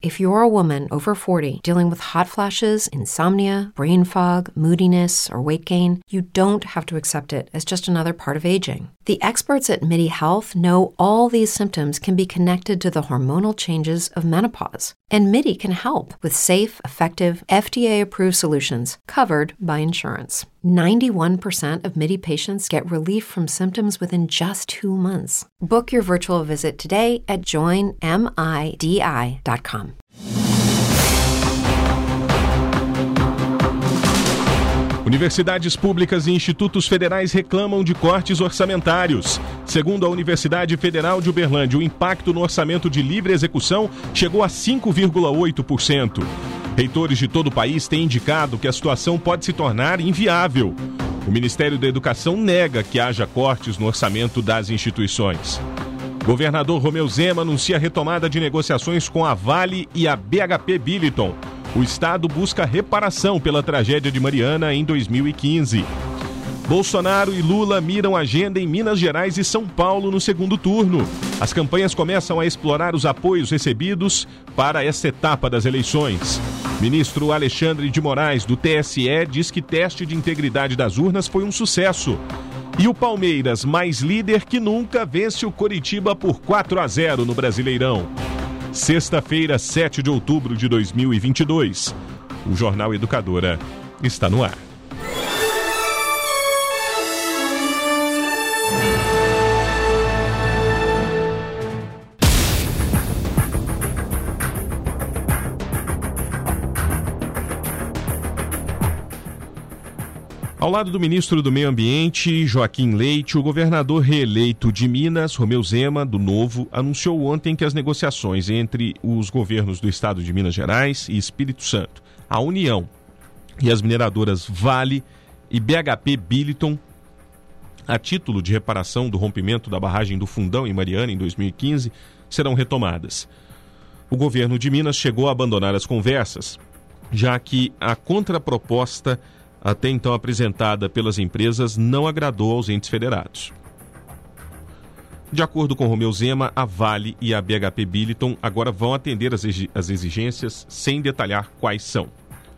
If you're a woman over 40 dealing with hot flashes, insomnia, brain fog, moodiness, or weight gain, you don't have to accept it as just another part of aging. The experts at MIDI Health know all these symptoms can be connected to the hormonal changes of menopause. And MIDI can help with safe, effective, FDA-approved solutions covered by insurance. 91% of MIDI patients get relief from symptoms within just 2 months. Book your virtual visit today at joinmidi.com. Universidades públicas e institutos federais reclamam de cortes orçamentários. Segundo a Universidade Federal de Uberlândia, o impacto no orçamento de livre execução chegou a 5,8%. Reitores de todo o país têm indicado que a situação pode se tornar inviável. O Ministério da Educação nega que haja cortes no orçamento das instituições. Governador Romeu Zema anuncia a retomada de negociações com a Vale e a BHP Billiton. O Estado busca reparação pela tragédia de Mariana em 2015. Bolsonaro e Lula miram agenda em Minas Gerais e São Paulo no segundo turno. As campanhas começam a explorar os apoios recebidos para essa etapa das eleições. Ministro Alexandre de Moraes, do TSE, diz que teste de integridade das urnas foi um sucesso. E o Palmeiras, mais líder que nunca, vence o Coritiba por 4-0 no Brasileirão. Sexta-feira, 7 de outubro de 2022. O Jornal Educadora está no ar. Ao lado do ministro do Meio Ambiente, Joaquim Leite, o governador reeleito de Minas, Romeu Zema, do Novo, anunciou ontem que as negociações entre os governos do estado de Minas Gerais e Espírito Santo, a União e as mineradoras Vale e BHP Billiton, a título de reparação do rompimento da barragem do Fundão em Mariana em 2015, serão retomadas. O governo de Minas chegou a abandonar as conversas, já que a contraproposta até então apresentada pelas empresas não agradou aos entes federados. De acordo com Romeu Zema, a Vale e a BHP Billiton agora vão atender as exigências sem detalhar quais são.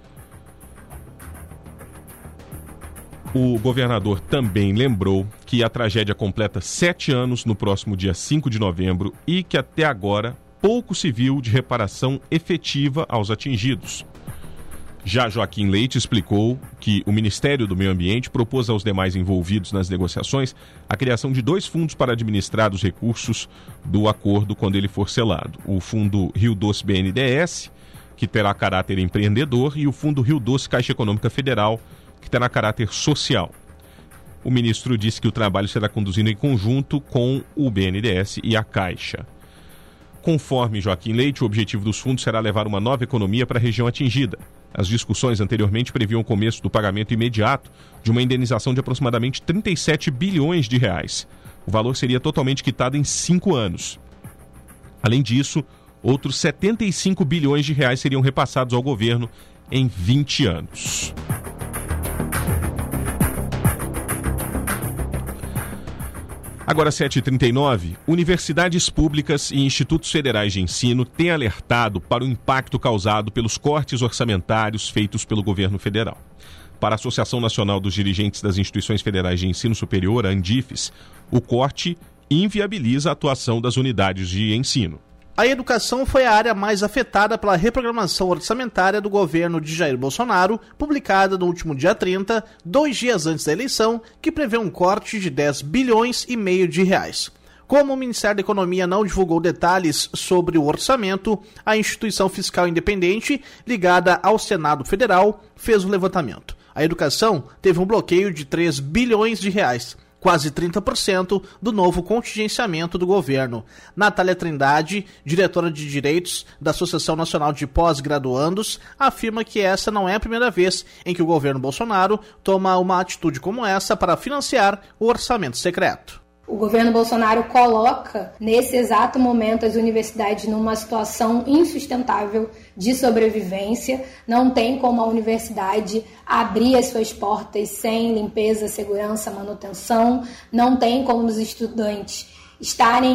O governador também lembrou que a tragédia completa 7 anos no próximo dia 5 de novembro e que até agora pouco se viu de reparação efetiva aos atingidos. Já Joaquim Leite explicou que o Ministério do Meio Ambiente propôs aos demais envolvidos nas negociações a criação de 2 fundos para administrar os recursos do acordo quando ele for selado. O Fundo Rio Doce BNDES, que terá caráter empreendedor, e o Fundo Rio Doce Caixa Econômica Federal, que terá caráter social. O ministro disse que o trabalho será conduzido em conjunto com o BNDES e a Caixa. Conforme Joaquim Leite, o objetivo dos fundos será levar uma nova economia para a região atingida. As discussões anteriormente previam o começo do pagamento imediato de uma indenização de aproximadamente 37 bilhões de reais. O valor seria totalmente quitado em 5 anos. Além disso, outros 75 bilhões de reais seriam repassados ao governo em 20 anos. Agora 7h39, universidades públicas e institutos federais de ensino têm alertado para o impacto causado pelos cortes orçamentários feitos pelo governo federal. Para a Associação Nacional dos Dirigentes das Instituições Federais de Ensino Superior, a ANDIFES, o corte inviabiliza a atuação das unidades de ensino. A educação foi a área mais afetada pela reprogramação orçamentária do governo de Jair Bolsonaro, publicada no último dia 30, 2 dias antes da eleição, que prevê um corte de 10 bilhões e meio de reais. Como o Ministério da Economia não divulgou detalhes sobre o orçamento, a instituição fiscal independente, ligada ao Senado Federal, fez o levantamento. A educação teve um bloqueio de 3 bilhões de reais. Quase 30% do novo contingenciamento do governo. Natália Trindade, diretora de Direitos da Associação Nacional de Pós-Graduandos, afirma que essa não é a primeira vez em que o governo Bolsonaro toma uma atitude como essa para financiar o orçamento secreto. O governo Bolsonaro coloca, nesse exato momento, as universidades numa situação insustentável de sobrevivência. Não tem como a universidade abrir as suas portas sem limpeza, segurança, manutenção. Não tem como os estudantes estarem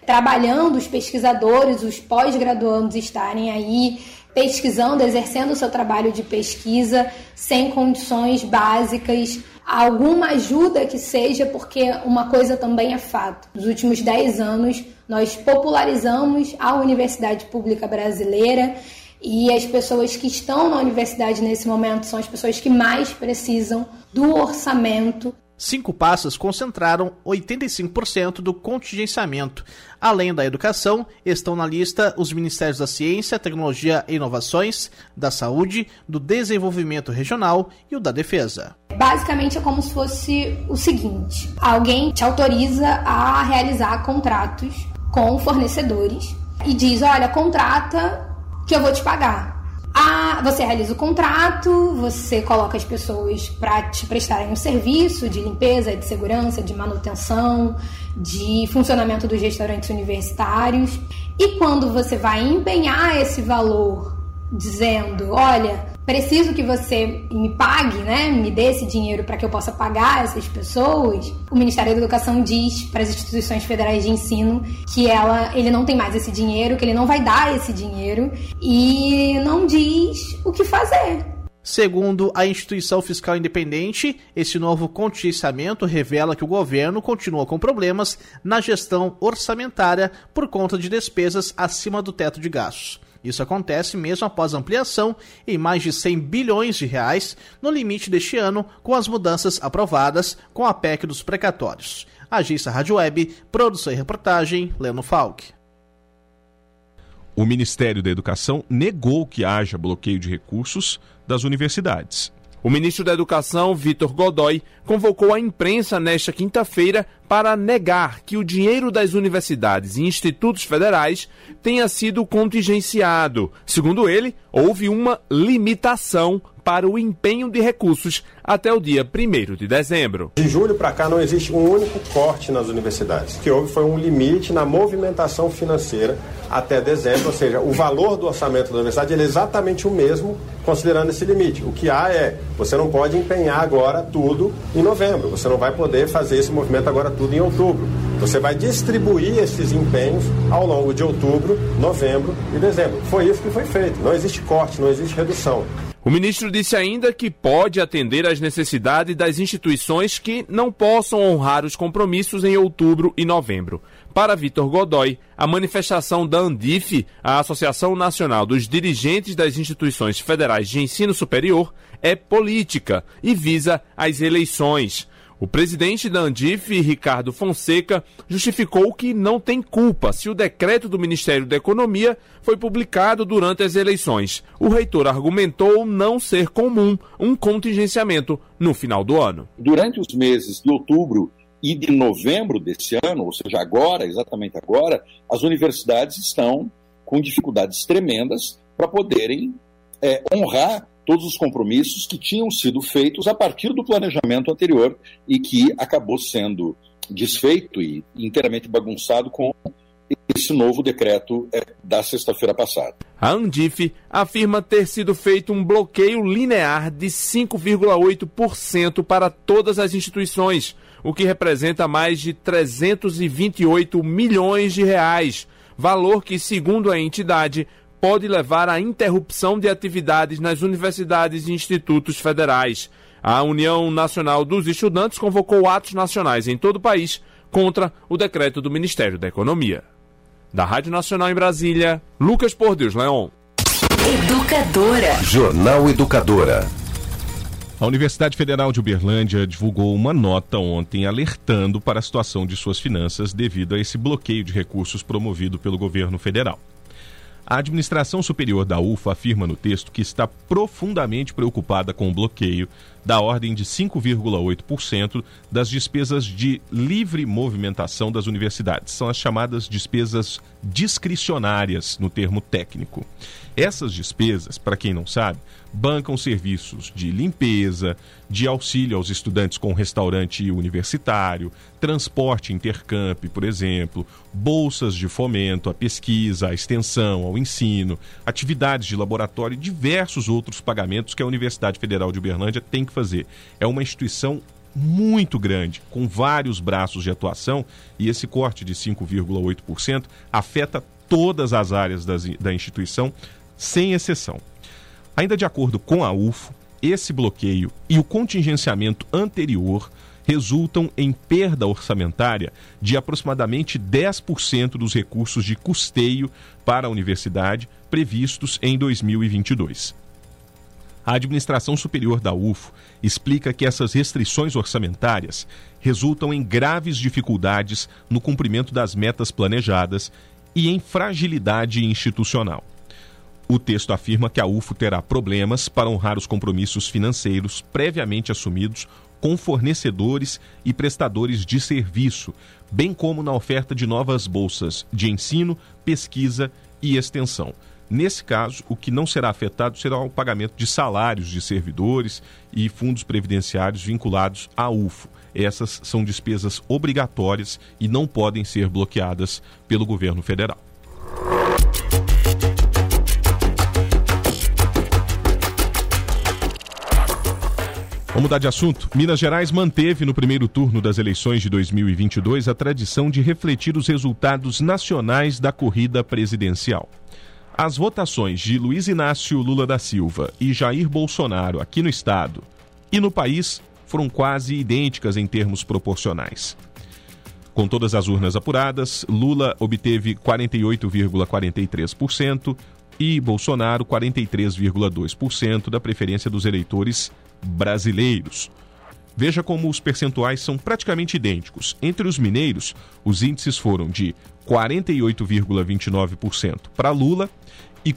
trabalhando, os pesquisadores, os pós-graduandos estarem aí pesquisando, exercendo o seu trabalho de pesquisa sem condições básicas, alguma ajuda que seja, porque uma coisa também é fato. Nos últimos 10 anos, nós popularizamos a universidade pública brasileira e as pessoas que estão na universidade nesse momento são as pessoas que mais precisam do orçamento. 5 pastas concentraram 85% do contingenciamento. Além da educação, estão na lista os Ministérios da Ciência, Tecnologia e Inovações, da Saúde, do Desenvolvimento Regional e o da Defesa. Basicamente é como se fosse o seguinte: alguém te autoriza a realizar contratos com fornecedores e diz, olha, contrata que eu vou te pagar. Você realiza o contrato, você coloca as pessoas para te prestarem um serviço de limpeza, de segurança, de manutenção, de funcionamento dos restaurantes universitários. E quando você vai empenhar esse valor, dizendo, olha, preciso que você me pague, né, me dê esse dinheiro para que eu possa pagar essas pessoas, o Ministério da Educação diz para as instituições federais de ensino que ele não tem mais esse dinheiro, que ele não vai dar esse dinheiro e não diz o que fazer. Segundo a instituição fiscal independente, esse novo contingenciamento revela que o governo continua com problemas na gestão orçamentária por conta de despesas acima do teto de gastos. Isso acontece mesmo após ampliação em mais de 100 bilhões de reais no limite deste ano, com as mudanças aprovadas com a PEC dos precatórios. Agência Rádio Web, produção e reportagem, Leno Falck. O Ministério da Educação negou que haja bloqueio de recursos das universidades. O ministro da Educação, Vitor Godoy, convocou a imprensa nesta quinta-feira para negar que o dinheiro das universidades e institutos federais tenha sido contingenciado. Segundo ele, houve uma limitação para o empenho de recursos até o dia 1º de dezembro. De julho para cá não existe um único corte nas universidades. O que houve foi um limite na movimentação financeira até dezembro, ou seja, o valor do orçamento da universidade ele é exatamente o mesmo, considerando esse limite. O que há você não pode empenhar agora tudo em novembro, você não vai poder fazer esse movimento agora tudo em outubro. Você vai distribuir esses empenhos ao longo de outubro, novembro e dezembro. Foi isso que foi feito. Não existe corte, não existe redução. O ministro disse ainda que pode atender às necessidades das instituições que não possam honrar os compromissos em outubro e novembro. Para Vitor Godoy, a manifestação da ANDIF, a Associação Nacional dos Dirigentes das Instituições Federais de Ensino Superior, é política e visa as eleições. O presidente da ANDIF, Ricardo Fonseca, justificou que não tem culpa se o decreto do Ministério da Economia foi publicado durante as eleições. O reitor argumentou não ser comum um contingenciamento no final do ano. Durante os meses de outubro e de novembro desse ano, ou seja, agora, exatamente agora, as universidades estão com dificuldades tremendas para poderem honrar todos os compromissos que tinham sido feitos a partir do planejamento anterior e que acabou sendo desfeito e inteiramente bagunçado com esse novo decreto da sexta-feira passada. A ANDIF afirma ter sido feito um bloqueio linear de 5,8% para todas as instituições, o que representa mais de 328 milhões de reais, valor que, segundo a entidade, pode levar à interrupção de atividades nas universidades e institutos federais. A União Nacional dos Estudantes convocou atos nacionais em todo o país contra o decreto do Ministério da Economia. Da Rádio Nacional em Brasília, Lucas Por Deus Leon. Educadora. Jornal Educadora. A Universidade Federal de Uberlândia divulgou uma nota ontem alertando para a situação de suas finanças devido a esse bloqueio de recursos promovido pelo governo federal. A administração superior da UFA afirma no texto que está profundamente preocupada com o bloqueio da ordem de 5,8% das despesas de livre movimentação das universidades. São as chamadas despesas discricionárias, no termo técnico. Essas despesas, para quem não sabe, bancam serviços de limpeza, de auxílio aos estudantes com restaurante universitário, transporte intercamp, por exemplo, bolsas de fomento à pesquisa, à extensão, ao ensino, atividades de laboratório e diversos outros pagamentos que a Universidade Federal de Uberlândia tem que fazer. É uma instituição muito grande, com vários braços de atuação, e esse corte de 5,8% afeta todas as áreas da instituição, sem exceção. Ainda de acordo com a UFO, esse bloqueio e o contingenciamento anterior resultam em perda orçamentária de aproximadamente 10% dos recursos de custeio para a universidade previstos em 2022. A Administração Superior da UFO explica que essas restrições orçamentárias resultam em graves dificuldades no cumprimento das metas planejadas e em fragilidade institucional. O texto afirma que a UFO terá problemas para honrar os compromissos financeiros previamente assumidos com fornecedores e prestadores de serviço, bem como na oferta de novas bolsas de ensino, pesquisa e extensão. Nesse caso, o que não será afetado será o pagamento de salários de servidores e fundos previdenciários vinculados à UFO. Essas são despesas obrigatórias e não podem ser bloqueadas pelo governo federal. Vamos mudar de assunto. Minas Gerais manteve no primeiro turno das eleições de 2022 a tradição de refletir os resultados nacionais da corrida presidencial. As votações de Luiz Inácio Lula da Silva e Jair Bolsonaro aqui no estado e no país foram quase idênticas em termos proporcionais. Com todas as urnas apuradas, Lula obteve 48,43% e Bolsonaro 43,2% da preferência dos eleitores brasileiros. Veja como os percentuais são praticamente idênticos. Entre os mineiros, os índices foram de 48,29% para Lula e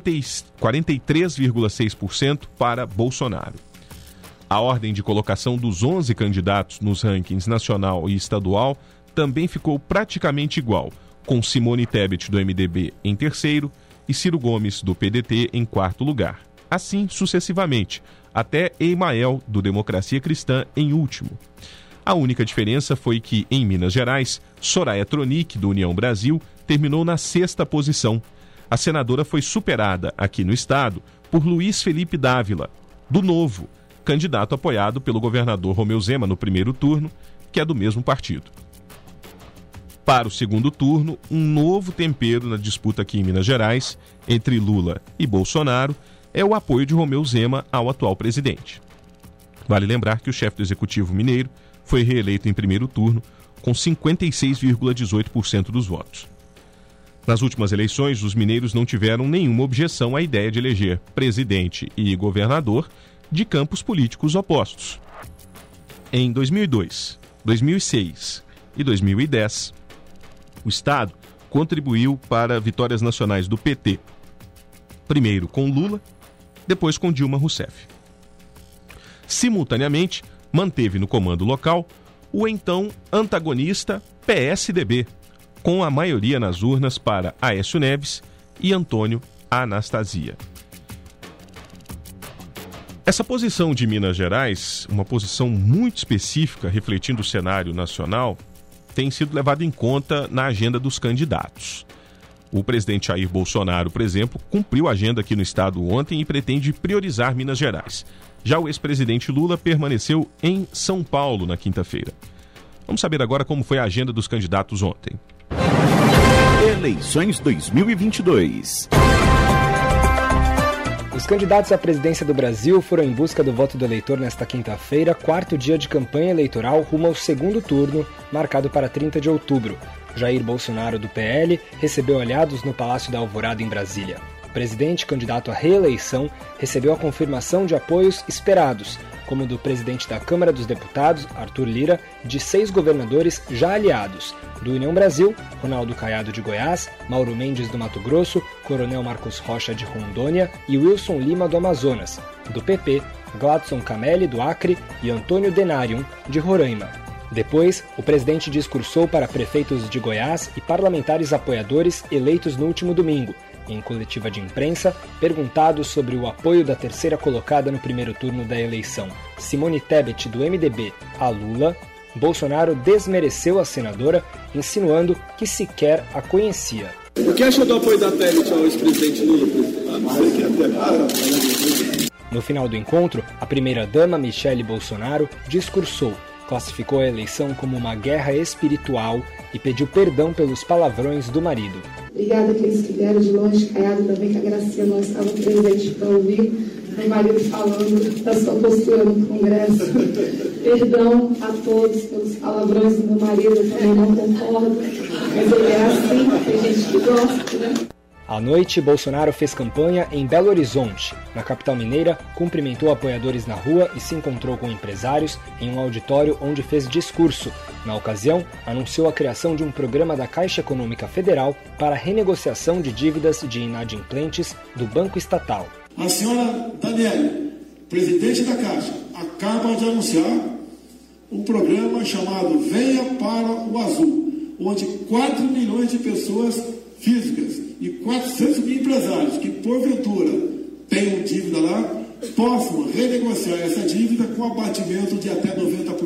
43,6% para Bolsonaro. A ordem de colocação dos 11 candidatos nos rankings nacional e estadual também ficou praticamente igual, com Simone Tebet do MDB em terceiro e Ciro Gomes do PDT em quarto lugar. Assim sucessivamente, até Emael, do Democracia Cristã, em último. A única diferença foi que, em Minas Gerais, Soraya Tronic, do União Brasil, terminou na sexta posição. A senadora foi superada, aqui no estado, por Luiz Felipe Dávila, do Novo, candidato apoiado pelo governador Romeu Zema no primeiro turno, que é do mesmo partido. Para o segundo turno, um novo tempero na disputa aqui em Minas Gerais, entre Lula e Bolsonaro, é o apoio de Romeu Zema ao atual presidente. Vale lembrar que o chefe do Executivo mineiro foi reeleito em primeiro turno com 56,18% dos votos. Nas últimas eleições, os mineiros não tiveram nenhuma objeção à ideia de eleger presidente e governador de campos políticos opostos. Em 2002, 2006 e 2010, o Estado contribuiu para vitórias nacionais do PT, primeiro com Lula, depois com Dilma Rousseff. Simultaneamente, manteve no comando local o então antagonista PSDB, com a maioria nas urnas para Aécio Neves e Antônio Anastasia. Essa posição de Minas Gerais, uma posição muito específica, refletindo o cenário nacional, tem sido levada em conta na agenda dos candidatos. O presidente Jair Bolsonaro, por exemplo, cumpriu a agenda aqui no estado ontem e pretende priorizar Minas Gerais. Já o ex-presidente Lula permaneceu em São Paulo na quinta-feira. Vamos saber agora como foi a agenda dos candidatos ontem. Eleições 2022. Os candidatos à presidência do Brasil foram em busca do voto do eleitor nesta quinta-feira, quarto dia de campanha eleitoral rumo ao segundo turno, marcado para 30 de outubro. Jair Bolsonaro, do PL, recebeu aliados no Palácio da Alvorada, em Brasília. O presidente, candidato à reeleição, recebeu a confirmação de apoios esperados, como do presidente da Câmara dos Deputados, Arthur Lira, e de 6 governadores já aliados, do União Brasil, Ronaldo Caiado de Goiás, Mauro Mendes do Mato Grosso, Coronel Marcos Rocha de Rondônia e Wilson Lima do Amazonas, do PP, Gladson Camelli do Acre e Antônio Denarium de Roraima. Depois, o presidente discursou para prefeitos de Goiás e parlamentares apoiadores eleitos no último domingo. Em coletiva de imprensa, perguntado sobre o apoio da terceira colocada no primeiro turno da eleição, Simone Tebet, do MDB, a Lula, Bolsonaro desmereceu a senadora, insinuando que sequer a conhecia. O que achou do apoio da Tebet ao ex-presidente Lula? No final do encontro, a primeira-dama Michele Bolsonaro discursou classificou a eleição como uma guerra espiritual e pediu perdão pelos palavrões do marido. Obrigada àqueles que vieram de longe, Caiado também, que a Gracinha não estava presente para ouvir meu marido falando da sua postura no Congresso. Perdão a todos pelos palavrões do meu marido, eu também não concordo, mas ele é assim, tem gente que gosta, né? À noite, Bolsonaro fez campanha em Belo Horizonte. Na capital mineira, cumprimentou apoiadores na rua e se encontrou com empresários em um auditório onde fez discurso. Na ocasião, anunciou a criação de um programa da Caixa Econômica Federal para renegociação de dívidas de inadimplentes do Banco Estatal. A senhora Daniela, presidente da Caixa, acaba de anunciar um programa chamado Venha para o Azul, onde 4 milhões de pessoas físicas e 400 mil empresários que, porventura, tenham dívida lá, possam renegociar essa dívida com abatimento de até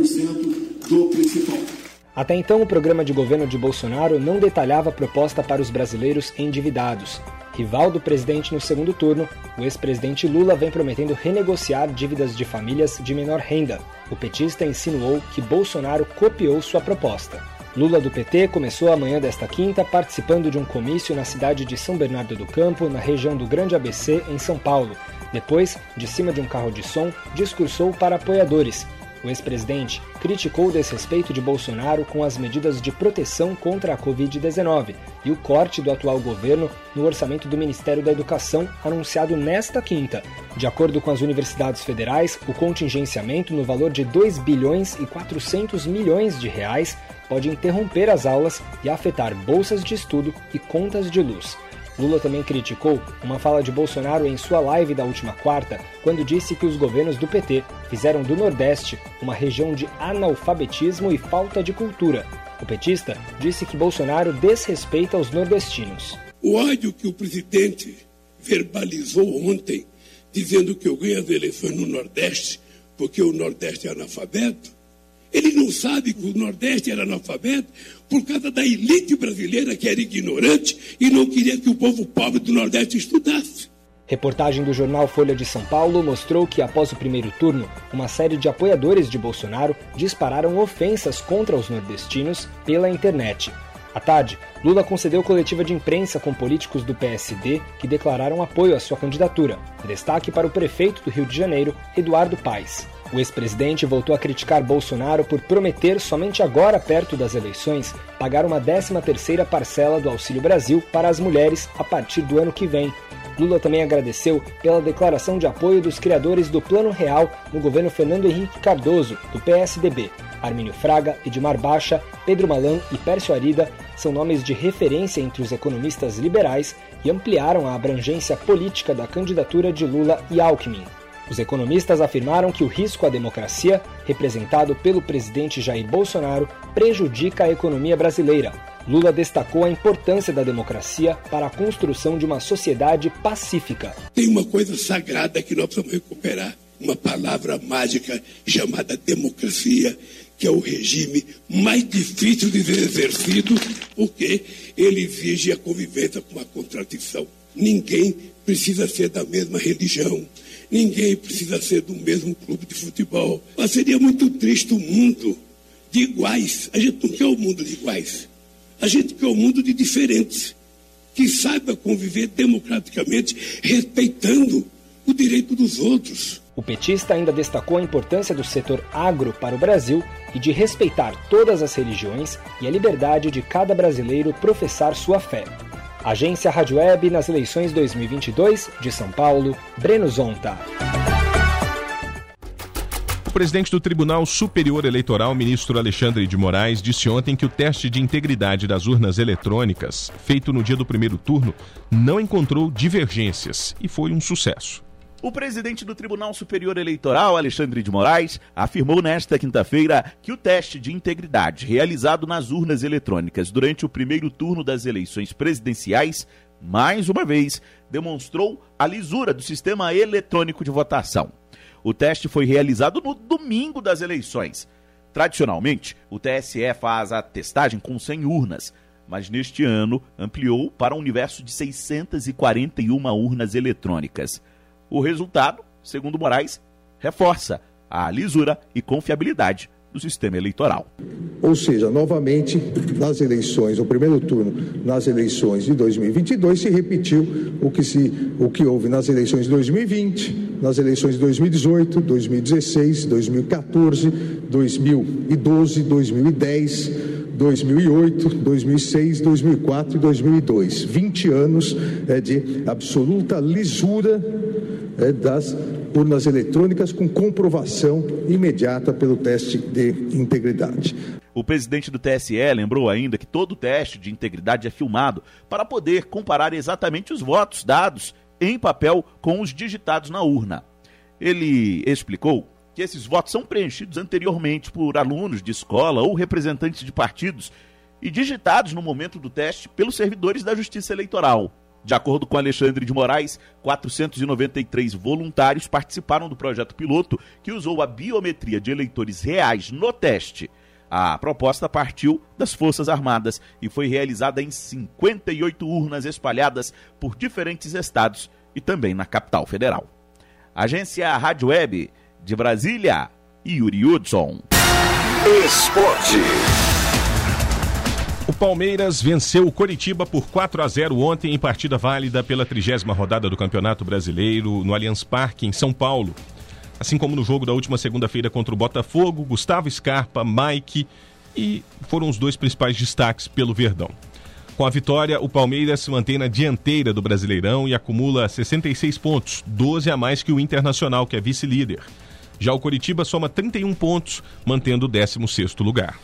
90% do principal. Até então, o programa de governo de Bolsonaro não detalhava a proposta para os brasileiros endividados. Rival do presidente no segundo turno, o ex-presidente Lula vem prometendo renegociar dívidas de famílias de menor renda. O petista insinuou que Bolsonaro copiou sua proposta. Lula do PT começou a manhã desta quinta participando de um comício na cidade de São Bernardo do Campo, na região do Grande ABC, em São Paulo. Depois, de cima de um carro de som, discursou para apoiadores. O ex-presidente criticou o desrespeito de Bolsonaro com as medidas de proteção contra a Covid-19 e o corte do atual governo no orçamento do Ministério da Educação, anunciado nesta quinta. De acordo com as universidades federais, o contingenciamento no valor de 2 bilhões e 400 milhões de reais pode interromper as aulas e afetar bolsas de estudo e contas de luz. Lula também criticou uma fala de Bolsonaro em sua live da última quarta, quando disse que os governos do PT fizeram do Nordeste uma região de analfabetismo e falta de cultura. O petista disse que Bolsonaro desrespeita os nordestinos. O ódio que o presidente verbalizou ontem, dizendo que eu ganho as eleições no Nordeste porque o Nordeste é analfabeto, ele não sabe que o Nordeste era analfabeto por causa da elite brasileira que era ignorante e não queria que o povo pobre do Nordeste estudasse. Reportagem do jornal Folha de São Paulo mostrou que, após o primeiro turno, uma série de apoiadores de Bolsonaro dispararam ofensas contra os nordestinos pela internet. À tarde, Lula concedeu coletiva de imprensa com políticos do PSD que declararam apoio à sua candidatura. Destaque para o prefeito do Rio de Janeiro, Eduardo Paes. O ex-presidente voltou a criticar Bolsonaro por prometer, somente agora perto das eleições, pagar uma 13ª parcela do Auxílio Brasil para as mulheres a partir do ano que vem. Lula também agradeceu pela declaração de apoio dos criadores do Plano Real no governo Fernando Henrique Cardoso, do PSDB. Armínio Fraga, Edmar Baixa, Pedro Malan e Pércio Arida são nomes de referência entre os economistas liberais e ampliaram a abrangência política da candidatura de Lula e Alckmin. Os economistas afirmaram que o risco à democracia, representado pelo presidente Jair Bolsonaro, prejudica a economia brasileira. Lula destacou a importância da democracia para a construção de uma sociedade pacífica. Tem uma coisa sagrada que nós precisamos recuperar, uma palavra mágica chamada democracia, que é o regime mais difícil de ser exercido, porque ele exige a convivência com a contradição. Ninguém precisa ser da mesma religião. Ninguém precisa ser do mesmo clube de futebol. Mas seria muito triste o mundo de iguais. A gente não quer o mundo de iguais. A gente quer o mundo de diferentes. Que saiba conviver democraticamente, respeitando o direito dos outros. O petista ainda destacou a importância do setor agro para o Brasil e de respeitar todas as religiões e a liberdade de cada brasileiro professar sua fé. Agência Rádio Web nas eleições 2022 de São Paulo, Breno Zonta. O presidente do Tribunal Superior Eleitoral, ministro Alexandre de Moraes, disse ontem que o teste de integridade das urnas eletrônicas, feito no dia do primeiro turno, não encontrou divergências e foi um sucesso. O presidente do Tribunal Superior Eleitoral, Alexandre de Moraes, afirmou nesta quinta-feira que o teste de integridade realizado nas urnas eletrônicas durante o primeiro turno das eleições presidenciais, mais uma vez, demonstrou a lisura do sistema eletrônico de votação. O teste foi realizado no domingo das eleições. Tradicionalmente, o TSE faz a testagem com 100 urnas, mas neste ano ampliou para um universo de 641 urnas eletrônicas. O resultado, segundo Moraes, reforça a lisura e confiabilidade do sistema eleitoral. Ou seja, novamente, nas eleições, no primeiro turno, nas eleições de 2022, se repetiu o que houve nas eleições de 2020, nas eleições de 2018, 2016, 2014, 2012, 2010, 2008, 2006, 2004 e 2002. 20 anos de absoluta lisura das urnas eletrônicas com comprovação imediata pelo teste de integridade. O presidente do TSE lembrou ainda que todo teste de integridade é filmado para poder comparar exatamente os votos dados em papel com os digitados na urna. Ele explicou que esses votos são preenchidos anteriormente por alunos de escola ou representantes de partidos e digitados no momento do teste pelos servidores da Justiça Eleitoral. De acordo com Alexandre de Moraes, 493 voluntários participaram do projeto piloto que usou a biometria de eleitores reais no teste. A proposta partiu das Forças Armadas e foi realizada em 58 urnas espalhadas por diferentes estados e também na capital federal. Agência Rádio Web de Brasília, Yuri Hudson. Esporte. O Palmeiras venceu o Coritiba por 4-0 ontem em partida válida pela 30ª rodada do Campeonato Brasileiro no Allianz Parque, em São Paulo. Assim como no jogo da última segunda-feira contra o Botafogo, Gustavo Scarpa, Mike e foram os dois principais destaques pelo Verdão. Com a vitória, o Palmeiras se mantém na dianteira do Brasileirão e acumula 66 pontos, 12 a mais que o Internacional, que é vice-líder. Já o Coritiba soma 31 pontos, mantendo o 16º lugar.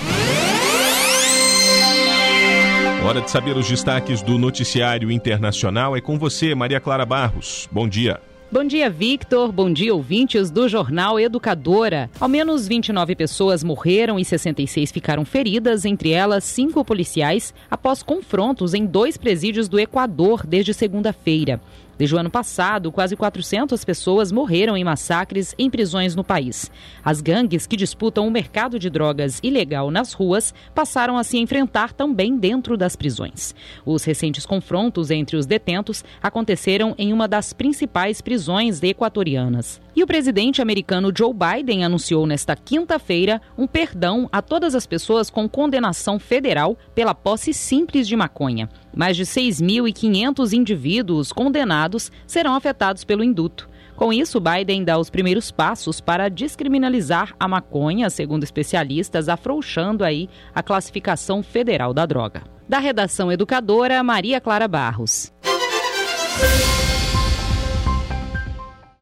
Hora de saber os destaques do noticiário internacional. É com você, Maria Clara Barros. Bom dia. Bom dia, Victor. Bom dia, ouvintes do Jornal Educadora. Ao menos 29 pessoas morreram e 66 ficaram feridas, entre elas 5 policiais, após confrontos em 2 presídios do Equador desde segunda-feira. Desde o ano passado, quase 400 pessoas morreram em massacres em prisões no país. As gangues que disputam o mercado de drogas ilegal nas ruas passaram a se enfrentar também dentro das prisões. Os recentes confrontos entre os detentos aconteceram em uma das principais prisões equatorianas. E o presidente americano Joe Biden anunciou nesta quinta-feira um perdão a todas as pessoas com condenação federal pela posse simples de maconha. Mais de 6.500 indivíduos condenados serão afetados pelo indulto. Com isso, Biden dá os primeiros passos para descriminalizar a maconha, segundo especialistas, afrouxando aí a classificação federal da droga. Da redação educadora, Maria Clara Barros.